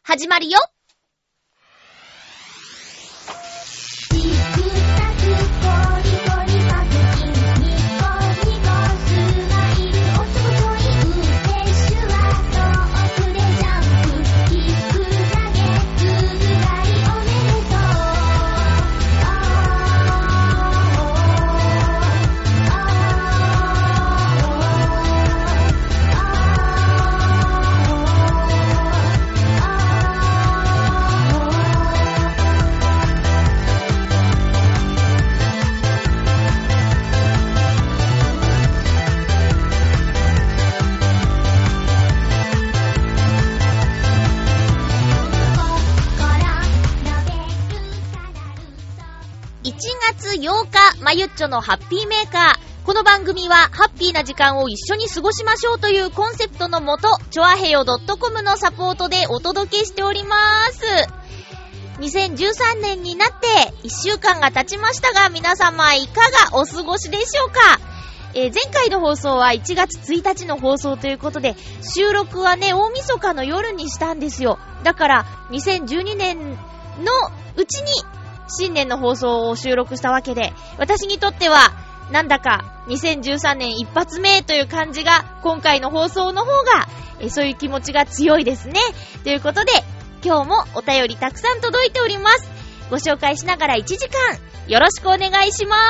始まるよ。1月8日、まゆっちょのハッピーメーカー。この番組はハッピーな時間を一緒に過ごしましょうというコンセプトのもと、ちょあへよ .com のサポートでお届けしております。2013年になって1週間が経ちましたが、皆様いかがお過ごしでしょうか。前回の放送は1月1日の放送ということで、収録はね、大晦日の夜にしたんですよ。だから2012年のうちに新年の放送を収録したわけで、私にとってはなんだか2013年一発目という感じが、今回の放送の方がそういう気持ちが強いですね。ということで、今日もお便りたくさん届いております。ご紹介しながら1時間よろしくお願いします。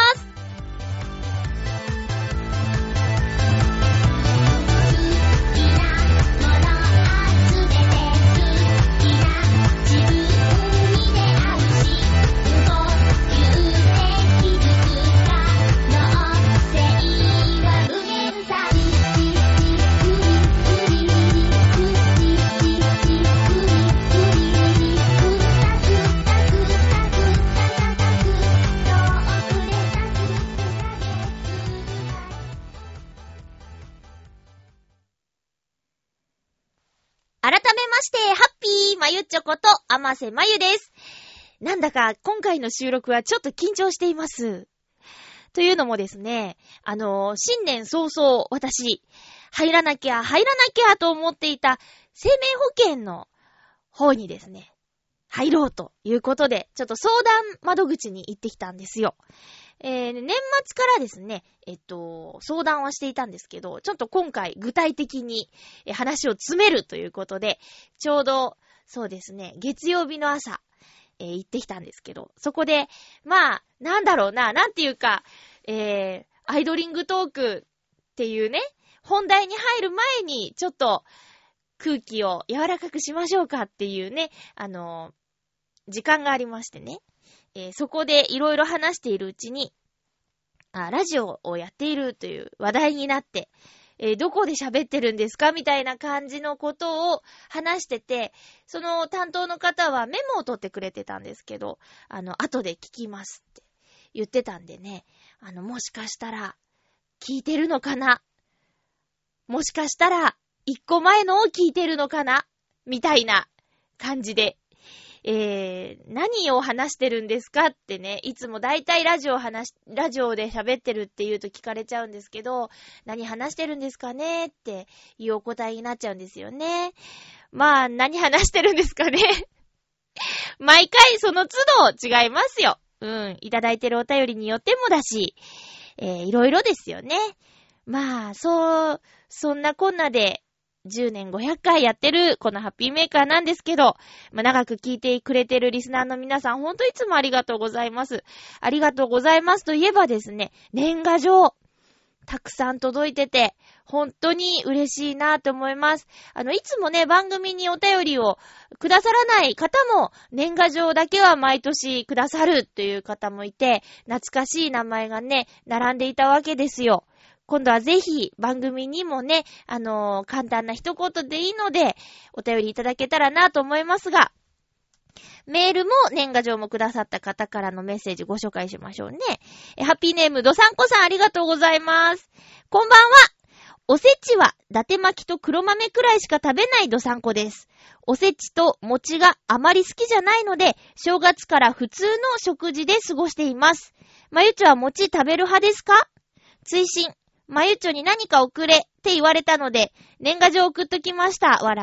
改めまして、ハッピーまゆっちょこと甘瀬まゆです。なんだか今回の収録はちょっと緊張しています。というのもですね、新年早々私、入らなきゃと思っていた生命保険の方にですね、入ろうということで、ちょっと相談窓口に行ってきたんですよ。年末からですね、相談はしていたんですけど、ちょっと今回具体的に話を詰めるということで、ちょうどそうですね、月曜日の朝、行ってきたんですけど、そこで、まあ、なんていうか、アイドリングトークっていうね、本題に入る前にちょっと空気を柔らかくしましょうかっていうね、時間がありましてね。そこでいろいろ話しているうちに、ラジオをやっているという話題になって、どこで喋ってるんですかみたいな感じのことを話してて、その担当の方はメモを取ってくれてたんですけど、後で聞きますって言ってたんでね、もしかしたら聞いてるのかな、もしかしたら一個前のを聞いてるのかなみたいな感じで、何を話してるんですかってね、いつもだいたいラジオで喋ってるって言うと聞かれちゃうんですけど、何話してるんですかねっていうお答えになっちゃうんですよね。まあ、何話してるんですかね毎回その都度違いますよ。いただいてるお便りによってもだし、いろいろですよね。まあ、そんなこんなで、10年500回やってるこのハッピーメーカーなんですけど、長く聞いてくれてるリスナーの皆さん、ほんといつもありがとうございます。ありがとうございますといえばですね、年賀状たくさん届いてて本当に嬉しいなと思います。いつもね、番組にお便りをくださらない方も年賀状だけは毎年くださるという方もいて、懐かしい名前がね並んでいたわけですよ。今度はぜひ番組にもね、簡単な一言でいいのでお便りいただけたらなと思いますが、メールも年賀状もくださった方からのメッセージご紹介しましょうね。ハッピーネームどさんこさん、ありがとうございます。こんばんは。おせちは伊達巻きと黒豆くらいしか食べないどさんこです。おせちと餅があまり好きじゃないので、正月から普通の食事で過ごしています。まゆちょは餅食べる派ですか？追伸、まゆちょに何か送れって言われたので年賀状送っときました。笑い。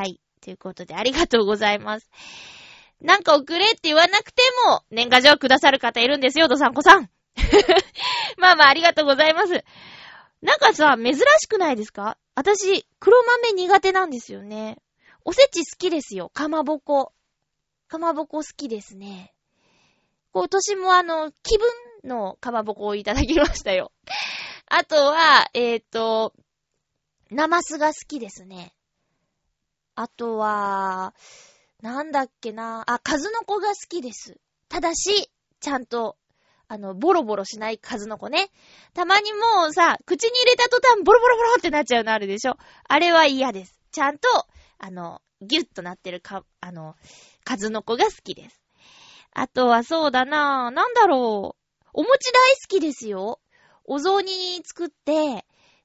ということでありがとうございます。なんか送れって言わなくても年賀状くださる方いるんですよ、どさんこさん。まあまあありがとうございます。なんかさ、珍しくないですか？私、黒豆苦手なんですよね。おせち好きですよ。かまぼこ。かまぼこ好きですね。今年も気分のかまぼこをいただきましたよ。あとは、なますが好きですね。あとは、なんだっけな。数の子が好きです。ただし、ちゃんと、ボロボロしない数の子ね。たまにもうさ、口に入れた途端ボロボロボロってなっちゃうのあるでしょ。あれは嫌です。ちゃんと、ギュッとなってる数の子が好きです。あとはそうだな。なんだろう。お餅大好きですよ。お雑煮作って、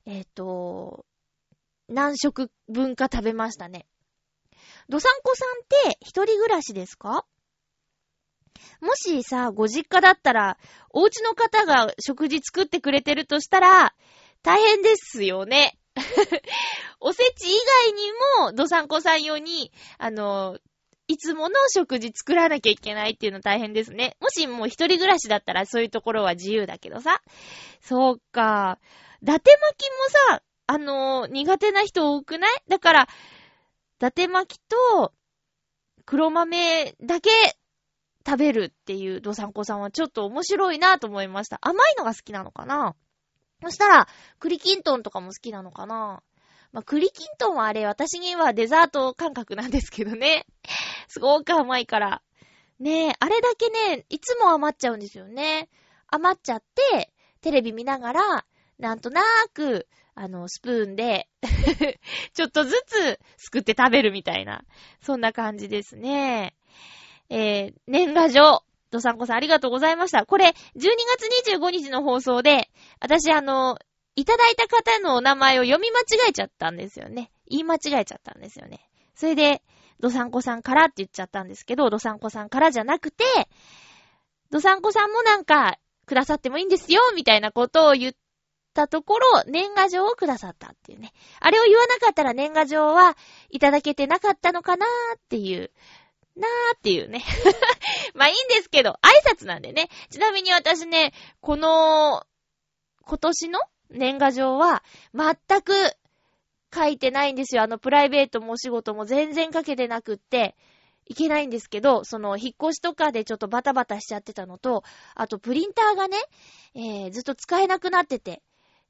何食分か食べましたね。どさんこさんって一人暮らしですか？もしさ、ご実家だったら、お家の方が食事作ってくれてるとしたら、大変ですよね。おせち以外にも、どさんこさん用に、いつもの食事作らなきゃいけないっていうの大変ですね。もしもう一人暮らしだったらそういうところは自由だけどさ。そうか。伊達巻きもさ、苦手な人多くない？だから、伊達巻きと黒豆だけ食べるっていうどさんこさんはちょっと面白いなと思いました。甘いのが好きなのかな？そしたら、栗きんとんとかも好きなのかな？まあ、栗きんとんはあれ、私にはデザート感覚なんですけどね。すごく甘いから。ねえ、あれだけね、いつも余っちゃうんですよね。余っちゃって、テレビ見ながら、なんとなく、スプーンで、ちょっとずつすくって食べるみたいな。そんな感じですね。年賀状。どさんこさんありがとうございました。これ、12月25日の放送で、私いただいた方のお名前を読み間違えちゃったんですよね。言い間違えちゃったんですよね。それで、どさんこさんからって言っちゃったんですけど、どさんこさんからじゃなくて、どさんこさんもなんか、くださってもいいんですよ、みたいなことを言ったところ、年賀状をくださったっていうね。あれを言わなかったら年賀状はいただけてなかったのかなーっていう。っていうね。まあいいんですけど、挨拶なんでね。ちなみに私ね、今年の年賀状は全く書いてないんですよ。プライベートもお仕事も全然書けてなくって、いけないんですけど、引っ越しとかでちょっとバタバタしちゃってたのと、あとプリンターがね、ずっと使えなくなってて、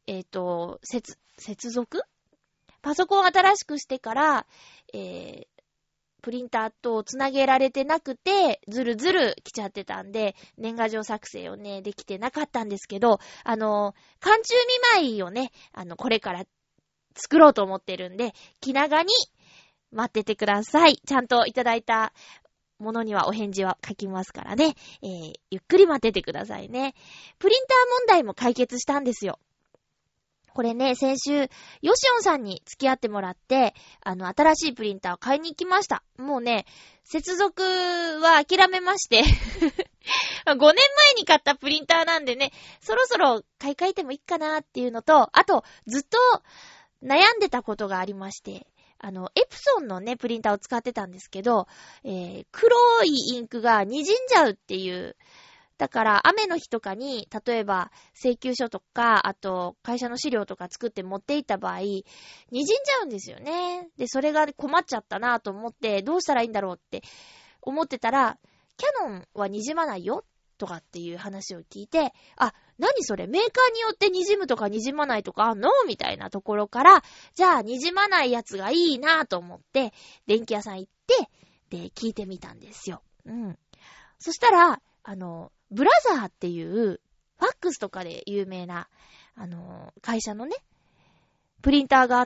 接続？パソコン新しくしてから、プリンターとつなげられてなくて、ずるずる来ちゃってたんで、年賀状作成をね、できてなかったんですけど、寒中見舞いをね、これから作ろうと思ってるんで、気長に待っててください。ちゃんといただいたものにはお返事は書きますからね。ゆっくり待っててくださいね。プリンター問題も解決したんですよ。これね、先週、ヨシオンさんに付き合ってもらって、新しいプリンターを買いに行きました。もうね、接続は諦めまして、5年前に買ったプリンターなんでね、そろそろ買い替えてもいいかなっていうのと、あと、ずっと悩んでたことがありまして、エプソンのね、プリンターを使ってたんですけど、黒いインクが滲んじゃうっていう、だから雨の日とかに、例えば請求書とか、あと会社の資料とか作って持っていった場合、滲んじゃうんですよね。で、それが困っちゃったなと思って、どうしたらいいんだろうって思ってたら、キャノンは滲まないよとかっていう話を聞いて、何それメーカーによって滲むとか滲まないとかあんのみたいなところから、じゃあ滲まないやつがいいなと思って、電気屋さん行って、で、聞いてみたんですよ。うん。そしたら、ブラザーっていう、ファックスとかで有名な、会社のね、プリンターがあって、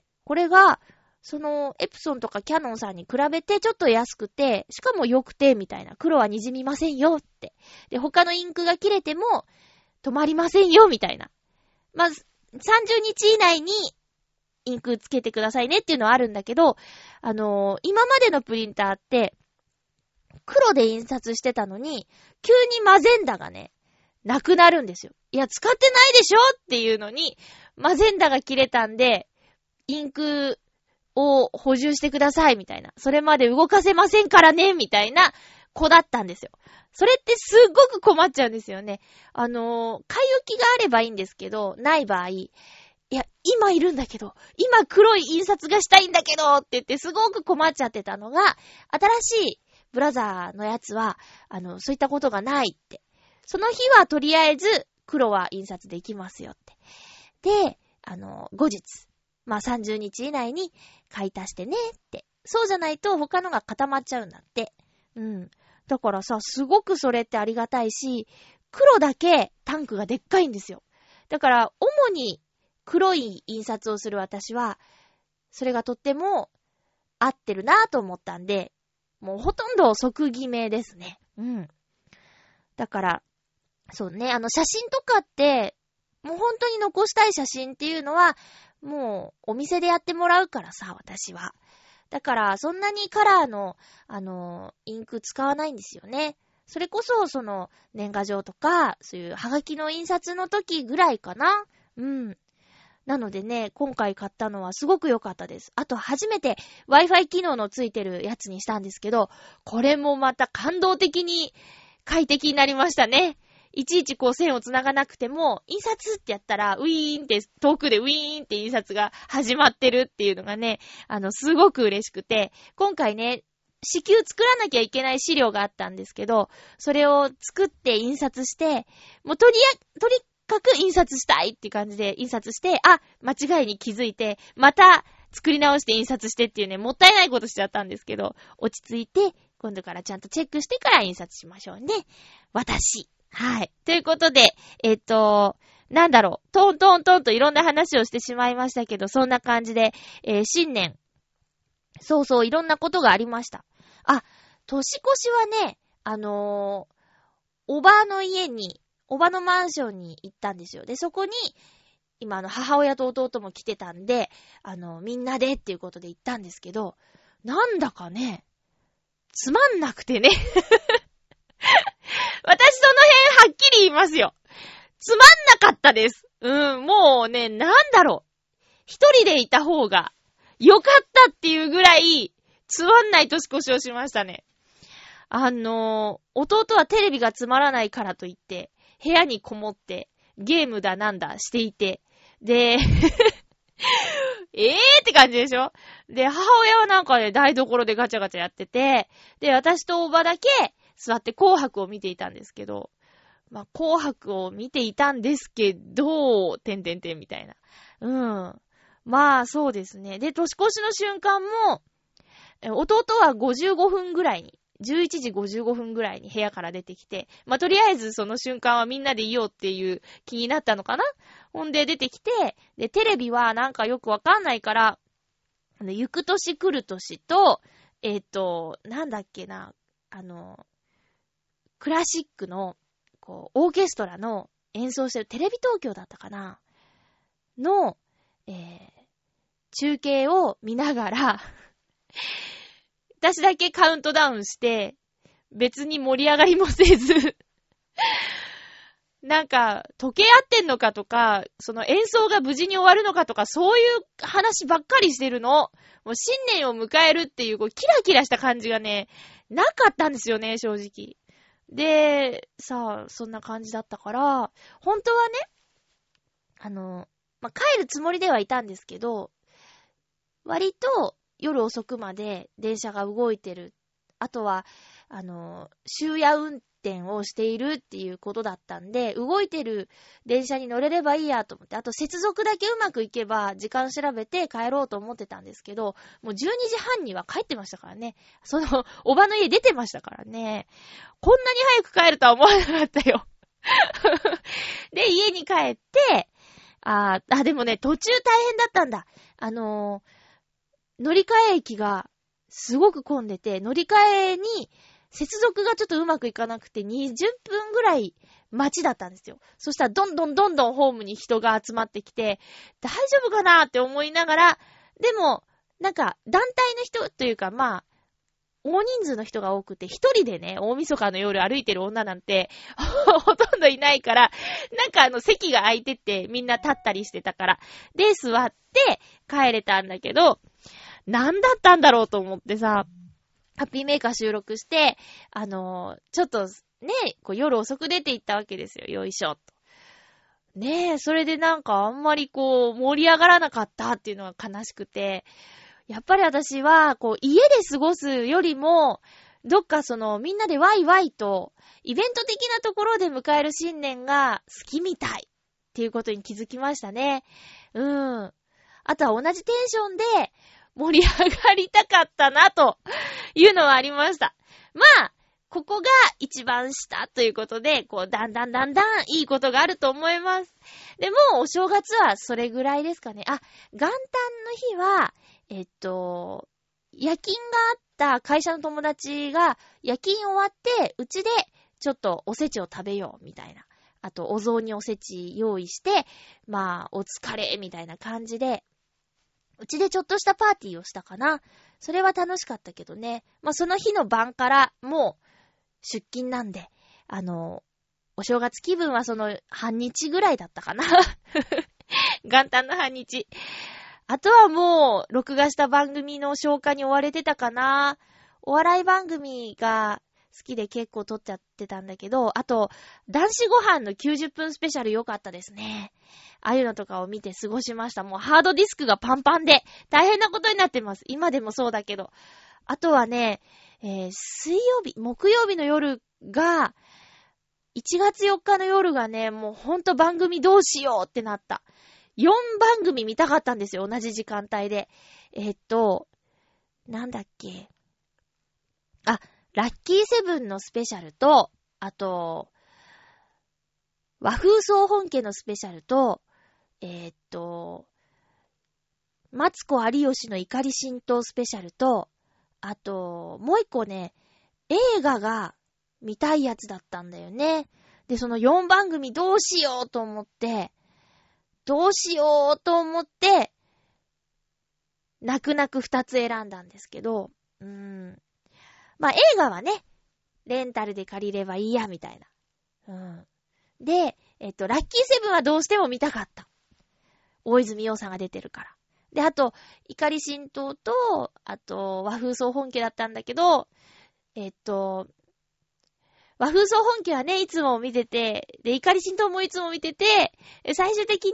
これが、エプソンとかキャノンさんに比べてちょっと安くて、しかも良くて、みたいな。黒は滲みませんよって。で、他のインクが切れても、止まりませんよ、みたいな。まず、30日以内に、インクつけてくださいねっていうのはあるんだけど、今までのプリンターって、黒で印刷してたのに、急にマゼンダがね、なくなるんですよ。いや、使ってないでしょっていうのに、マゼンダが切れたんで、インクを補充してくださいみたいな。それまで動かせませんからねみたいな子だったんですよ。それってすっごく困っちゃうんですよね。買い置きがあればいいんですけど、ない場合、いや、今いるんだけど、今黒い印刷がしたいんだけどって言ってすごく困っちゃってたのが、新しいブラザーのやつは、そういったことがないって。その日はとりあえず黒は印刷できますよって。で、後日、30日以内に買い足してねって。そうじゃないと他のが固まっちゃうんだって。うん。だからさ、すごくそれってありがたいし、黒だけタンクがでっかいんですよ。だから、主に黒い印刷をする私は、それがとっても合ってるなぁと思ったんで、もうほとんど即決めですね。うん。だから、そうね、写真とかって、もう本当に残したい写真っていうのは、もうお店でやってもらうからさ、私は。だから、そんなにカラーの、インク使わないんですよね。それこそ、年賀状とか、そういうハガキの印刷の時ぐらいかな。うん。なのでね、今回買ったのはすごく良かったです。あと、初めて Wi-Fi 機能のついてるやつにしたんですけど、これもまた感動的に快適になりましたね。いちいち線を繋がなくても、印刷ってやったら、ウィーンって、遠くでウィーンって印刷が始まってるっていうのがね、すごく嬉しくて、今回ね、至急作らなきゃいけない資料があったんですけど、それを作って印刷して、もうとにかく印刷したいっていう感じで印刷して、間違いに気づいて、また作り直して印刷してっていうね、もったいないことしちゃったんですけど、落ち着いて、今度からちゃんとチェックしてから印刷しましょうね。私。はい。ということで、トントントンといろんな話をしてしまいましたけど、そんな感じで、新年、そう、いろんなことがありました。年越しはね、おばのマンションに行ったんですよ。で、そこに、今母親と弟も来てたんで、みんなでっていうことで行ったんですけど、なんだかね、つまんなくてね。私その辺はっきり言いますよ。つまんなかったです。もうね、一人でいた方が良かったっていうぐらい、つまんない年越しをしましたね。弟はテレビがつまらないからといって、部屋にこもって、ゲームだなんだしていて、で、って感じでしょ？で、母親はなんかね、台所でガチャガチャやってて、で、私とおばだけ座って紅白を見ていたんですけど、紅白を見ていたんですけど、みたいな。そうですね。で、年越しの瞬間も、弟は55分ぐらいに、11時55分ぐらいに部屋から出てきて、とりあえずその瞬間はみんなでいようっていう気になったのかな？ほんで出てきて、で、テレビはなんかよくわかんないから、行く年来る年と、なんだっけな、クラシックの、オーケストラの演奏してるテレビ東京だったかなの、中継を見ながら、私だけカウントダウンして、別に盛り上がりもせず、なんか、溶け合ってんのかとか、その演奏が無事に終わるのかとか、そういう話ばっかりしてるの。もう新年を迎えるっていう、キラキラした感じがね、なかったんですよね、正直。で、そんな感じだったから、本当はね、帰るつもりではいたんですけど、割と夜遅くまで電車が動いてる。あとは、終夜運転をしているっていうことだったんで、動いてる電車に乗れればいいやと思って、あと接続だけうまくいけば時間調べて帰ろうと思ってたんですけど、もう12時半には帰ってましたからね。おばの家出てましたからね。こんなに早く帰るとは思わなかったよ。で、家に帰って、でもね、途中大変だったんだ。乗り換え駅がすごく混んでて、乗り換えに接続がちょっとうまくいかなくて20分ぐらい待ちだったんですよ。そしたらどんどんホームに人が集まってきて、大丈夫かなって思いながら、でも、なんか団体の人というか大人数の人が多くて、一人でね、大晦日の夜歩いてる女なんてほとんどいないから、なんか席が空いててみんな立ったりしてたから、で座って帰れたんだけど、 何だったんだろうと思ってさ、ハッピーメーカー収録して、ちょっとね、こう夜遅く出て行ったわけですよ。よいしょと。ねえ、それでなんかあんまりこう盛り上がらなかったっていうのが悲しくて、やっぱり私はこう家で過ごすよりも、どっかみんなでワイワイとイベント的なところで迎える新年が好きみたいっていうことに気づきましたね。あとは同じテンションで盛り上がりたかったなというのはありました。まあ、ここが一番下ということで、こう、だんだんいいことがあると思います。でも、お正月はそれぐらいですかね。あ、元旦の日は、夜勤があった会社の友達が、夜勤終わって、うちでちょっとおせちを食べよう、みたいな。あと、お雑煮おせち用意して、まあ、お疲れ、みたいな感じで、うちでちょっとしたパーティーをしたかな。それは楽しかったけどね。まあ、その日の晩からもう出勤なんで、お正月気分はその半日ぐらいだったかな。元旦の半日。あとはもう、録画した番組の消化に追われてたかな。お笑い番組が好きで結構撮っちゃってたんだけど、あと、男子ご飯の90分スペシャル良かったですね。ああいうのとかを見て過ごしました。もうハードディスクがパンパンで大変なことになってます。今でもそうだけど。あとはね、木曜日の夜が、1月4日の夜がね、もうほんと番組どうしようってなった。4番組見たかったんですよ、同じ時間帯で。なんだっけ。あ、ラッキーセブンのスペシャルと、あと、和風総本家のスペシャルと、マツコ有吉の怒り浸透スペシャルと、あと、もう一個ね、映画が見たいやつだったんだよね。で、その4番組どうしようと思って、泣く泣く2つ選んだんですけど、まあ映画はね、レンタルで借りればいいや、みたいな。で、ラッキーセブンはどうしても見たかった。大泉洋さんが出てるから。で、あと、怒り浸透と、あと、和風総本家だったんだけど、和風総本家はね、いつも見てて、で、怒り浸透もいつも見てて、最終的に、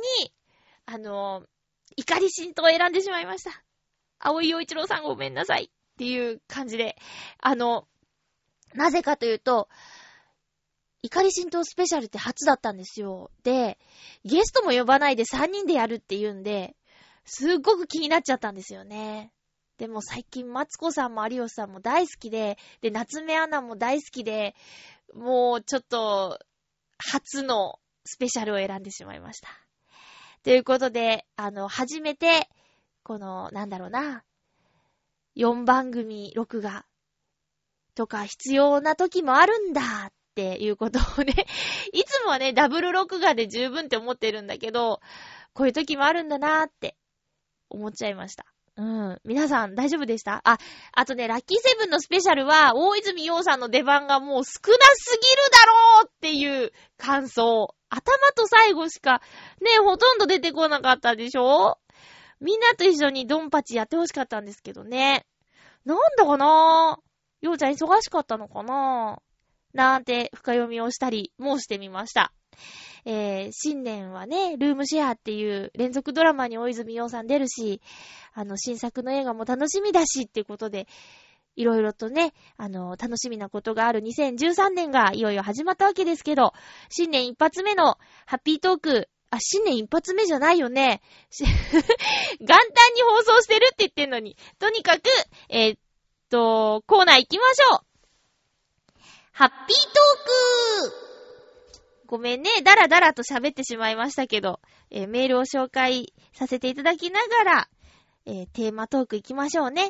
怒り浸透を選んでしまいました。青井陽一郎さんごめんなさいっていう感じで、なぜかというと、怒り浸透スペシャルって初だったんですよ。で、ゲストも呼ばないで3人でやるって言うんで、すっごく気になっちゃったんですよね。でも最近マツコさんも有吉さんも大好きで、で、夏目アナも大好きで、もうちょっと初のスペシャルを選んでしまいました。ということで、初めて、この、4番組録画とか必要な時もあるんだっていうことをね、いつもはね、ダブル録画で十分って思ってるんだけど、こういう時もあるんだなーって思っちゃいました。皆さん大丈夫でした？あとね、ラッキーセブンのスペシャルは、大泉洋さんの出番がもう少なすぎるだろうっていう感想。頭と最後しか、ね、ほとんど出てこなかったでしょ？みんなと一緒にドンパチやってほしかったんですけどね。なんだかな？ようちゃん忙しかったのかな？なんて深読みをしたりもしてみました。新年はね、ルームシェアっていう連続ドラマに大泉洋さん出るし、新作の映画も楽しみだしっていうことで、いろいろとね、楽しみなことがある2013年がいよいよ始まったわけですけど、新年一発目のハッピートーク、新年一発目じゃないよね。元旦に放送してるって言ってんのに、とにかく、コーナー行きましょう。ハッピートーク！ごめんね、だらだらと喋ってしまいましたけど、メールを紹介させていただきながら、テーマトーク行きましょうね。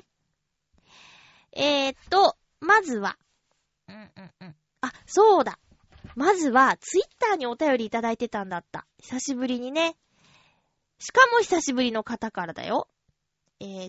まずは、そうだ。まずは、ツイッターにお便りいただいてたんだった。久しぶりにね。しかも久しぶりの方からだよ。じ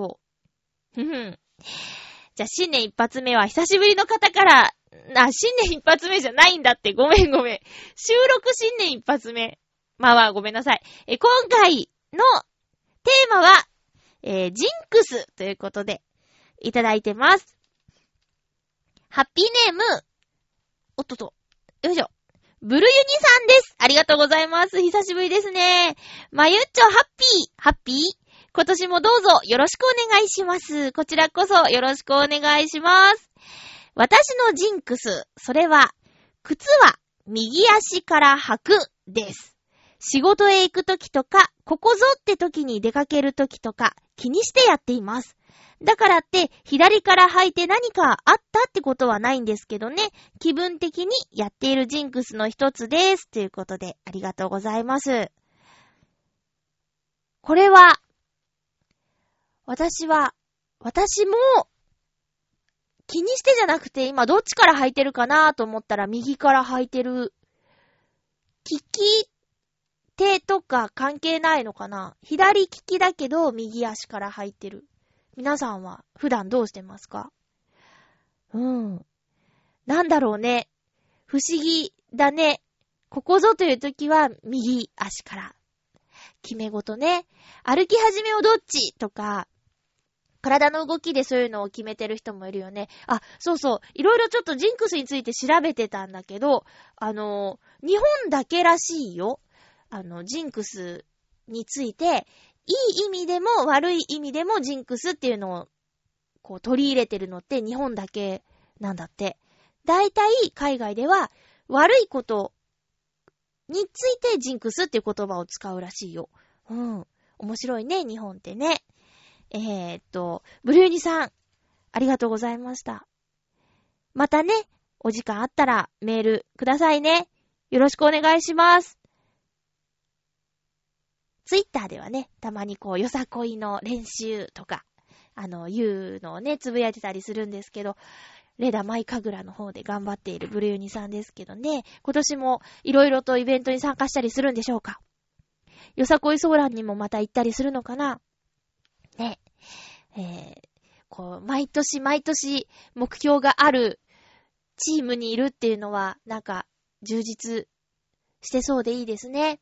ゃあ、新年一発目は久しぶりの方から、新年一発目じゃないんだって。ごめん。収録新年一発目。まあごめんなさい。今回のテーマは、 ジンクスということで、いただいてます。ハッピーネーム、おっとと、よいしょ。ブルユニさんです。ありがとうございます。久しぶりですね。まゆっちょハッピー今年もどうぞよろしくお願いします。こちらこそよろしくお願いします。私のジンクス、それは、靴は右足から履くです。仕事へ行くときとか、ここぞってときに出かけるときとか、気にしてやっています。だからって、左から履いて何かあったってことはないんですけどね。気分的にやっているジンクスの一つです。ということで、ありがとうございます。これは、私も、気にしてじゃなくて、今どっちから履いてるかなと思ったら、右から履いてる。利き手とか関係ないのかな？左利きだけど、右足から履いてる。皆さんは普段どうしてますか？なんだろうね。不思議だね。ここぞという時は右足から。決め事ね。歩き始めをどっちとか、体の動きでそういうのを決めてる人もいるよね。あ、そうそう。いろいろちょっとジンクスについて調べてたんだけど、日本だけらしいよ。ジンクスについて、いい意味でも悪い意味でもジンクスっていうのをこう取り入れてるのって日本だけなんだって。だいたい海外では悪いことについてジンクスっていう言葉を使うらしいよ。面白いね、日本ってね。ブルーニさん、ありがとうございました。またね、お時間あったらメールくださいね。よろしくお願いします。ツイッターではね、たまにこう、よさこいの練習とか、いうのをね、つぶやいてたりするんですけど、レダマイカグラの方で頑張っているブルユニさんですけどね、今年もいろいろとイベントに参加したりするんでしょうか？よさこいソーランにもまた行ったりするのかな？ね。こう、毎年目標があるチームにいるっていうのは、なんか、充実してそうでいいですね。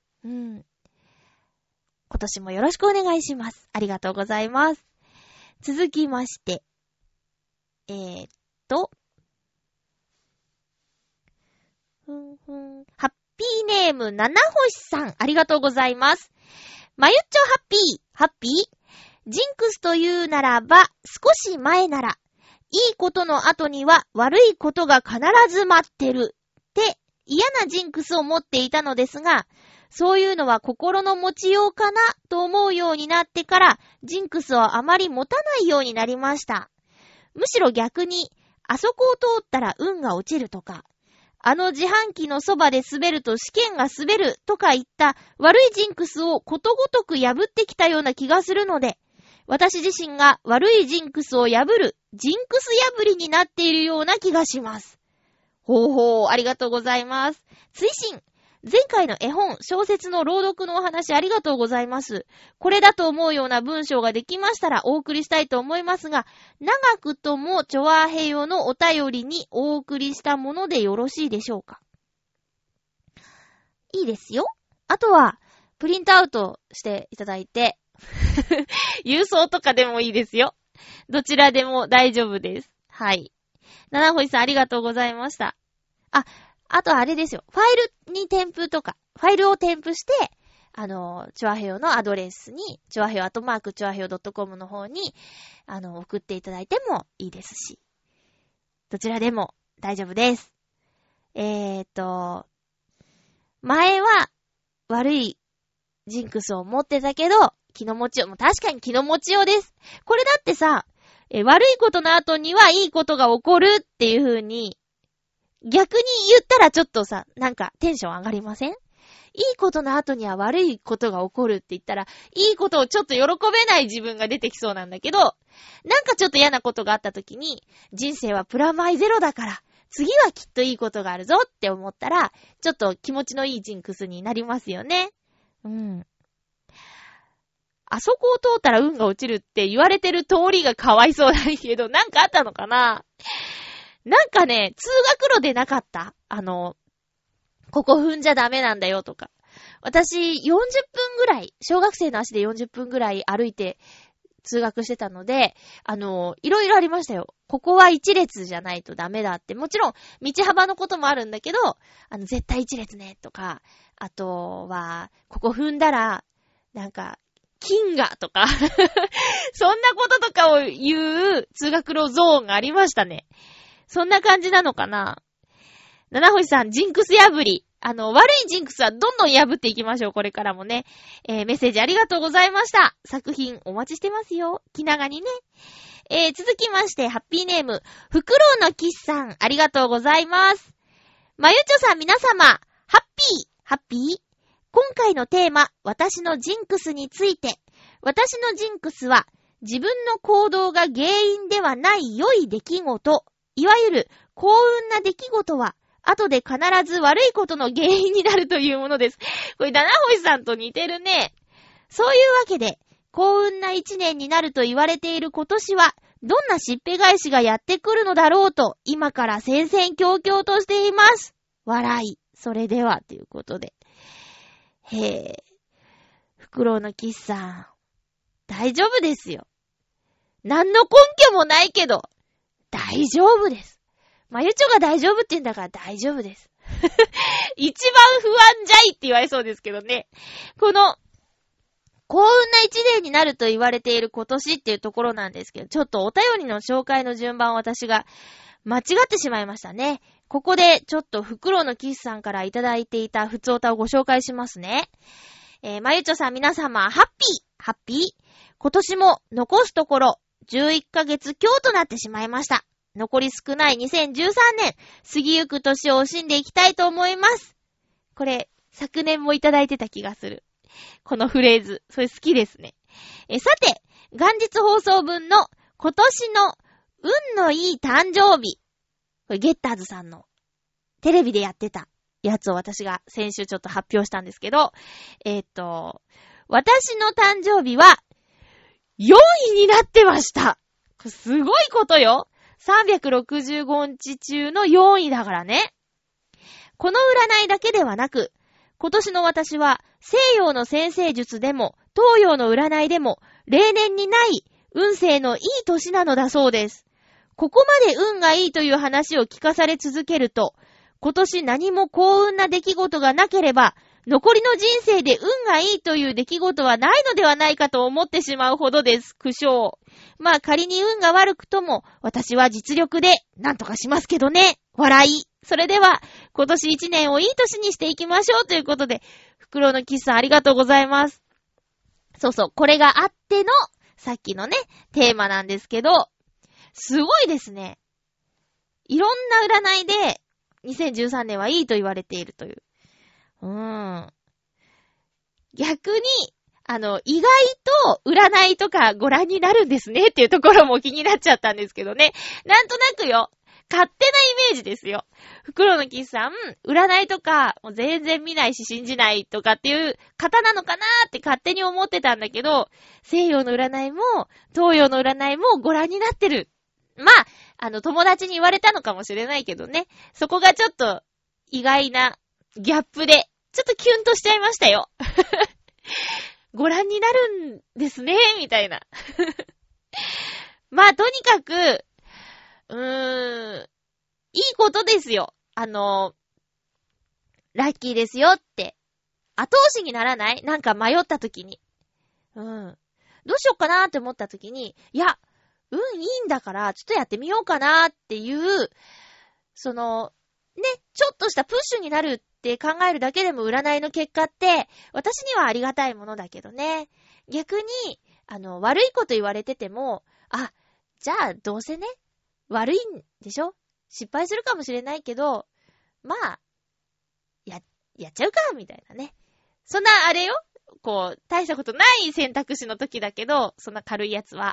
今年もよろしくお願いします。ありがとうございます。続きまして、ハッピーネーム七星さん、ありがとうございます。まゆっちょハッピージンクスというならば、少し前なら、いいことの後には悪いことが必ず待ってるって嫌なジンクスを持っていたのですが、そういうのは心の持ちようかなと思うようになってから、ジンクスをあまり持たないようになりました。むしろ逆に、あそこを通ったら運が落ちるとか、あの自販機のそばで滑ると試験が滑るとかいった悪いジンクスをことごとく破ってきたような気がするので、私自身が悪いジンクスを破るジンクス破りになっているような気がします。ありがとうございます。追伸、前回の絵本、小説の朗読のお話ありがとうございます。これだと思うような文章ができましたらお送りしたいと思いますが、長くともチョアヘヨのお便りにお送りしたものでよろしいでしょうか？いいですよ。あとは、プリントアウトしていただいて、郵送とかでもいいですよ。どちらでも大丈夫です。はい。七星さんありがとうございました。あとあれですよ。ファイルに添付とか、ファイルを添付して、チョアヘヨのアドレスに、チョアヘヨ@choaheyo.com の方に、送っていただいてもいいですし、どちらでも大丈夫です。前は悪いジンクスを持ってたけど、気の持ちよう。もう確かに気の持ちようです。これだってさ、悪いことの後にはいいことが起こるっていう風に、逆に言ったらちょっとさ、なんかテンション上がりません？いいことの後には悪いことが起こるって言ったら、いいことをちょっと喜べない自分が出てきそうなんだけど、なんかちょっと嫌なことがあった時に、人生はプラマイゼロだから、次はきっといいことがあるぞって思ったら、ちょっと気持ちのいいジンクスになりますよね。あそこを通ったら運が落ちるって言われてる通りがかわいそうだけど、なんかあったのかな？なんかね、通学路でなかった？ここ踏んじゃダメなんだよとか。私、40分ぐらい、小学生の足で40分ぐらい歩いて通学してたので、いろいろありましたよ。ここは一列じゃないとダメだって。もちろん、道幅のこともあるんだけど、絶対一列ね、とか、あとは、ここ踏んだら、なんか、金が、とか、そんなこととかを言う通学路ゾーンがありましたね。そんな感じなのかな。七星さん、ジンクス破り。悪いジンクスはどんどん破っていきましょう、これからもね。メッセージありがとうございました。作品お待ちしてますよ。気長にね。続きまして、ハッピーネーム、フクロウのキスさん、ありがとうございます。まゆちょさん、皆様、ハッピー今回のテーマ、私のジンクスについて。私のジンクスは、自分の行動が原因ではない良い出来事。いわゆる、幸運な出来事は、後で必ず悪いことの原因になるというものです。これ、七星さんと似てるね。そういうわけで、幸運な一年になると言われている今年は、どんなしっぺ返しがやってくるのだろうと、今から戦々恐々としています。笑い。それでは、ということで。フクロウのキスさん。大丈夫ですよ。何の根拠もないけど、大丈夫です。まゆちょが大丈夫って言うんだから大丈夫です。一番不安じゃいって言われそうですけどね。この、幸運な一年になると言われている今年っていうところなんですけど、ちょっとお便りの紹介の順番を私が間違ってしまいましたね。ここでちょっとフクロウのキスさんからいただいていたふつおたをご紹介しますね。まゆちょさん皆様、ハッピー今年も残すところ11ヶ月強となってしまいました。残り少ない2013年、過ぎゆく年を惜しんでいきたいと思います。これ、昨年もいただいてた気がする。このフレーズ、それ好きですね。さて、元日放送分の今年の運のいい誕生日。これゲッターズさんのテレビでやってたやつを私が先週ちょっと発表したんですけど、私の誕生日は4位になってました。これすごいことよ。365日中の4位だからね。この占いだけではなく、今年の私は西洋の占星術でも東洋の占いでも例年にない運勢のいい年なのだそうです。ここまで運がいいという話を聞かされ続けると、今年何も幸運な出来事がなければ、残りの人生で運がいいという出来事はないのではないかと思ってしまうほどです。苦笑。まあ仮に運が悪くとも、私は実力でなんとかしますけどね。笑い。それでは、今年1年をいい年にしていきましょうということで、フクロウのキスさんありがとうございます。そうそう、これがあっての、さっきのね、テーマなんですけど、すごいですね。いろんな占いで、2013年はいいと言われているという。逆に、意外と占いとかご覧になるんですねっていうところも気になっちゃったんですけどね。なんとなくよ、勝手なイメージですよ。フクロウのキスさん、占いとかもう全然見ないし信じないとかっていう方なのかなーって勝手に思ってたんだけど、西洋の占いも東洋の占いもご覧になってる。まあ、友達に言われたのかもしれないけどね。そこがちょっと意外なギャップで、ちょっとキュンとしちゃいましたよ。ご覧になるんですね、みたいな。まあ、とにかく、いいことですよ。ラッキーですよって。後押しにならない？なんか迷った時に。どうしよっかなーって思った時に、いや、いいんだから、ちょっとやってみようかなーっていう、ちょっとしたプッシュになるって考えるだけでも占いの結果って、私にはありがたいものだけどね。逆に、悪いこと言われてても、じゃあ、どうせね、悪いんでしょ？失敗するかもしれないけど、まあ、やっちゃうか、みたいなね。そんな、あれよ？こう、大したことない選択肢の時だけど、そんな軽いやつは。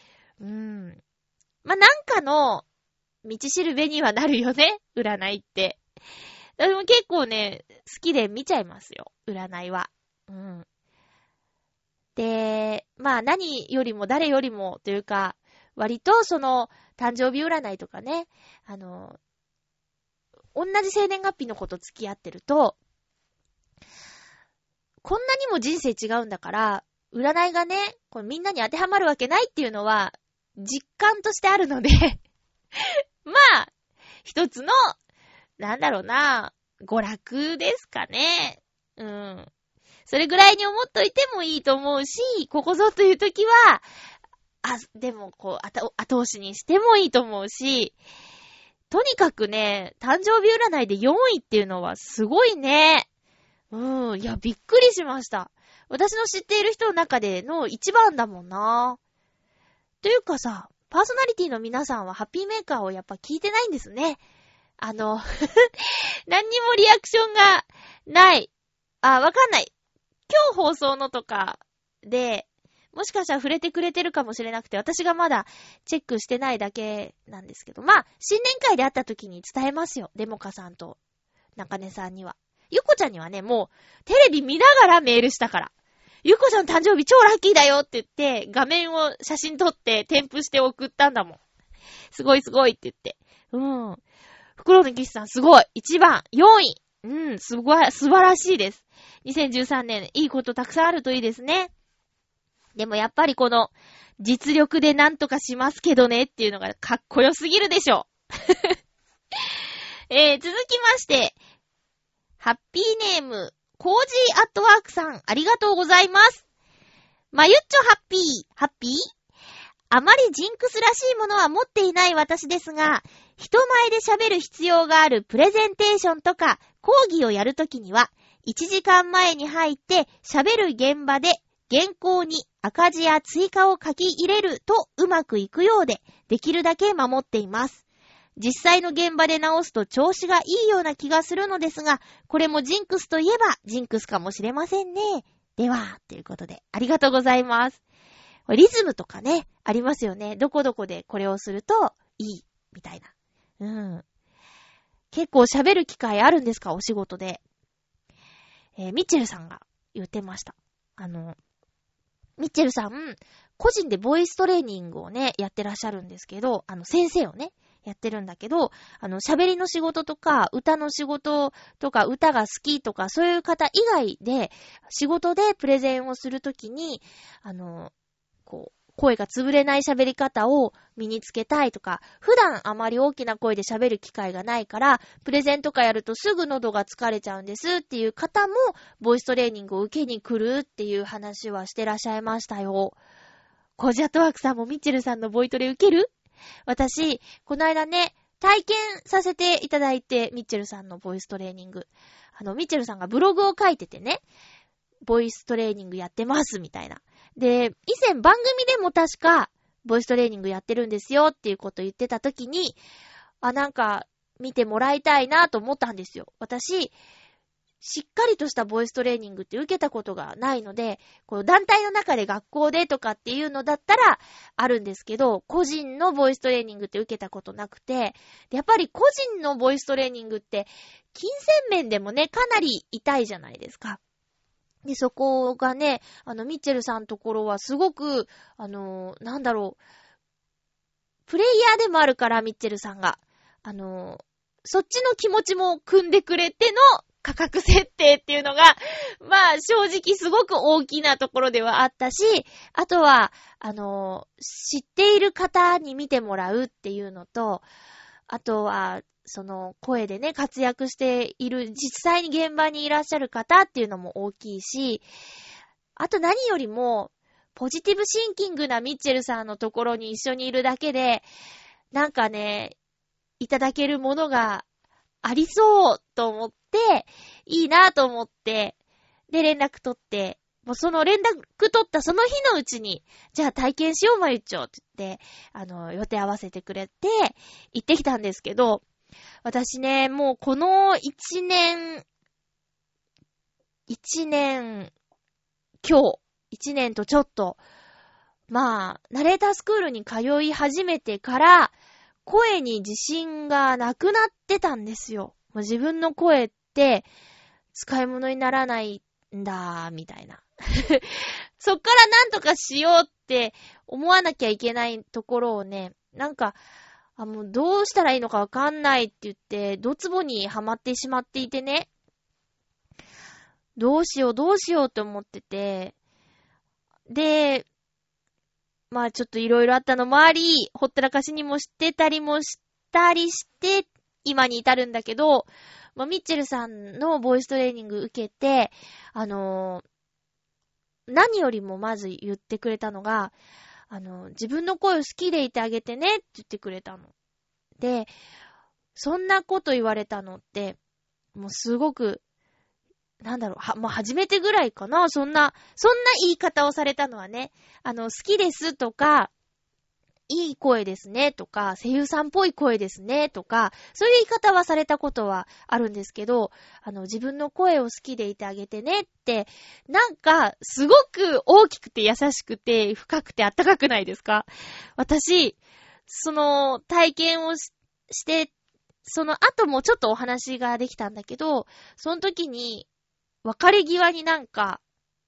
まあ、なんかの、道しるべにはなるよね、占いって。でも結構ね、好きで見ちゃいますよ、占いは。で、まあ何よりも誰よりもというか、割と誕生日占いとかね、同じ生年月日の子と付き合ってると、こんなにも人生違うんだから、 占いがね、これみんなに当てはまるわけないっていうのは、実感としてあるので、まあ、一つの、なんだろうな、娯楽ですかね。うん。それぐらいに思っといてもいいと思うし、ここぞという時は、でもこう、後押しにしてもいいと思うし、とにかくね、誕生日占いで4位っていうのはすごいね。いや、びっくりしました。私の知っている人の中での一番だもんな。というかさ、パーソナリティの皆さんはハッピーメーカーをやっぱ聞いてないんですね。何にもリアクションがない。わかんない。今日放送のとかで、もしかしたら触れてくれてるかもしれなくて、私がまだチェックしてないだけなんですけど、まあ、新年会で会った時に伝えますよ。デモカさんと中根さんには。ゆこちゃんにはね、もう、テレビ見ながらメールしたから。ゆこちゃん誕生日超ラッキーだよって言って、画面を写真撮って添付して送ったんだもん。すごいすごいって言って。袋の騎士さんすごい。1番、4位。素晴らしいです。2013年、いいことたくさんあるといいですね。でもやっぱりこの、実力でなんとかしますけどねっていうのがかっこよすぎるでしょ。続きまして、ハッピーネーム、コージーアットワークさん、ありがとうございます。まゆっちょハッピーあまりジンクスらしいものは持っていない私ですが、人前で喋る必要があるプレゼンテーションとか講義をやるときには、1時間前に入って喋る現場で原稿に赤字や追加を書き入れるとうまくいくようで、できるだけ守っています。実際の現場で直すと調子がいいような気がするのですが、これもジンクスといえばジンクスかもしれませんね。では、ということで、ありがとうございます。リズムとかね、ありますよね。どこどこでこれをするといい、みたいな。結構喋る機会あるんですか、お仕事で。ミッチェルさんが言ってました。ミッチェルさん、個人でボイストレーニングをね、やってらっしゃるんですけど、先生をね、やってるんだけど、喋りの仕事とか、歌の仕事とか、歌が好きとか、そういう方以外で、仕事でプレゼンをするときに、声が潰れない喋り方を身につけたいとか、普段あまり大きな声で喋る機会がないから、プレゼンとかやるとすぐ喉が疲れちゃうんですっていう方も、ボイストレーニングを受けに来るっていう話はしてらっしゃいましたよ。コージアットワークさんもミッチェルさんのボイトレ受ける？私、この間ね、体験させていただいて、ミッチェルさんのボイストレーニング。ミッチェルさんがブログを書いててね、ボイストレーニングやってますみたいな。で、以前番組でも確か、ボイストレーニングやってるんですよっていうこと言ってた時に、なんか、見てもらいたいなと思ったんですよ。私、しっかりとしたボイストレーニングって受けたことがないので、この団体の中で学校でとかっていうのだったらあるんですけど、個人のボイストレーニングって受けたことなくて、やっぱり個人のボイストレーニングって、金銭面でもね、かなり痛いじゃないですか。で、そこがね、ミッチェルさんのところはすごく、プレイヤーでもあるから、ミッチェルさんが。そっちの気持ちも組んでくれての価格設定っていうのが、まあ、正直すごく大きなところではあったし、あとは、知っている方に見てもらうっていうのと、あとは、その声でね、活躍している、実際に現場にいらっしゃる方っていうのも大きいし、あと何よりも、ポジティブシンキングなミッチェルさんのところに一緒にいるだけで、なんかね、いただけるものがありそうと思って、いいなと思って、で連絡取って、もうその連絡取ったその日のうちに、じゃあ体験しようまゆっちょって言って、予定合わせてくれて、行ってきたんですけど、私ね、もうこの1年とちょっと、まあ、ナレータースクールに通い始めてから、声に自信がなくなってたんですよ。もう自分の声って使い物にならないんだ、みたいな。そっからなんとかしようって思わなきゃいけないところをね、なんか、もうどうしたらいいのかわかんないって言って、ドツボにはまってしまっていてね。どうしようって思ってて、 で、まあちょっといろいろあったのもあり、ほったらかしにもしてたりもしたりして、今に至るんだけど、まあミッチェルさんのボイストレーニング受けて、何よりもまず言ってくれたのが、自分の声を好きでいてあげてねって言ってくれたの。で、そんなこと言われたのって、もうすごく、なんだろう、もう初めてぐらいかな。そんな言い方をされたのはね、好きですとか、いい声ですねとか、声優さんっぽい声ですねとか、そういう言い方はされたことはあるんですけど、自分の声を好きでいてあげてねって、なんか、すごく大きくて優しくて、深くてあったかくないですか？私、その体験をして、その後もちょっとお話ができたんだけど、その時に、別れ際になんか、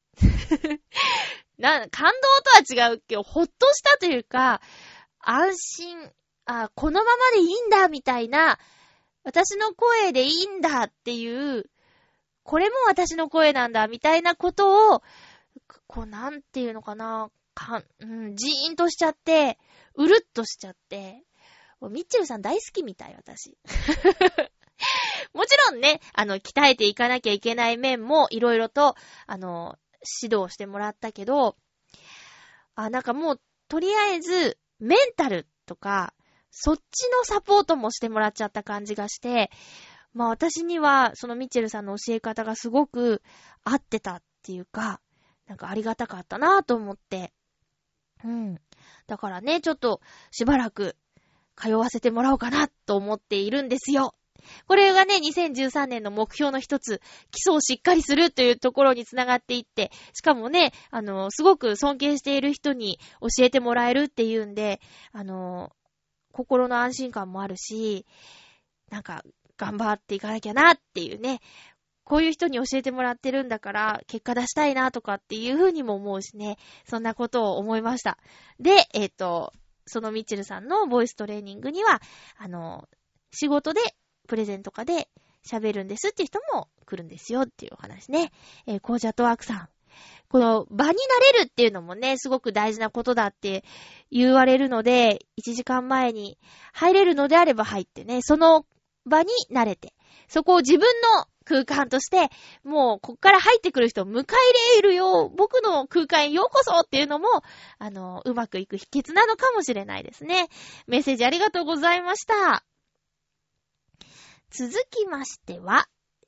感動とは違うけど、ほっとしたというか、安心、このままでいいんだ、みたいな、私の声でいいんだっていう、これも私の声なんだ、みたいなことを、こう、なんていうのかな、ジーンとしちゃって、うるっとしちゃって、ミッチェルさん大好きみたい、私。もちろんね、鍛えていかなきゃいけない面もいろいろと、指導してもらったけど、なんかもう、とりあえず、メンタルとか、そっちのサポートもしてもらっちゃった感じがして、まあ私には、そのミッチェルさんの教え方がすごく合ってたっていうか、なんかありがたかったなぁと思って、だからね、ちょっと、しばらく、通わせてもらおうかなと思っているんですよ。これがね、2013年の目標の一つ、基礎をしっかりするというところにつながっていって、しかもね、すごく尊敬している人に教えてもらえるっていうんで、心の安心感もあるし、なんか、頑張っていかなきゃなっていうね、こういう人に教えてもらってるんだから、結果出したいなとかっていうふうにも思うしね、そんなことを思いました。で、そのミッチェルさんのボイストレーニングには、仕事で、プレゼントとかで喋るんですっていう人も来るんですよっていうお話ね。コージャットワークさん。この場になれるっていうのもね、すごく大事なことだって言われるので、1時間前に入れるのであれば入ってね、その場に慣れて、そこを自分の空間として、もうこっから入ってくる人を迎え入れるよ、僕の空間へようこそっていうのも、うまくいく秘訣なのかもしれないですね。メッセージありがとうございました。続きましては、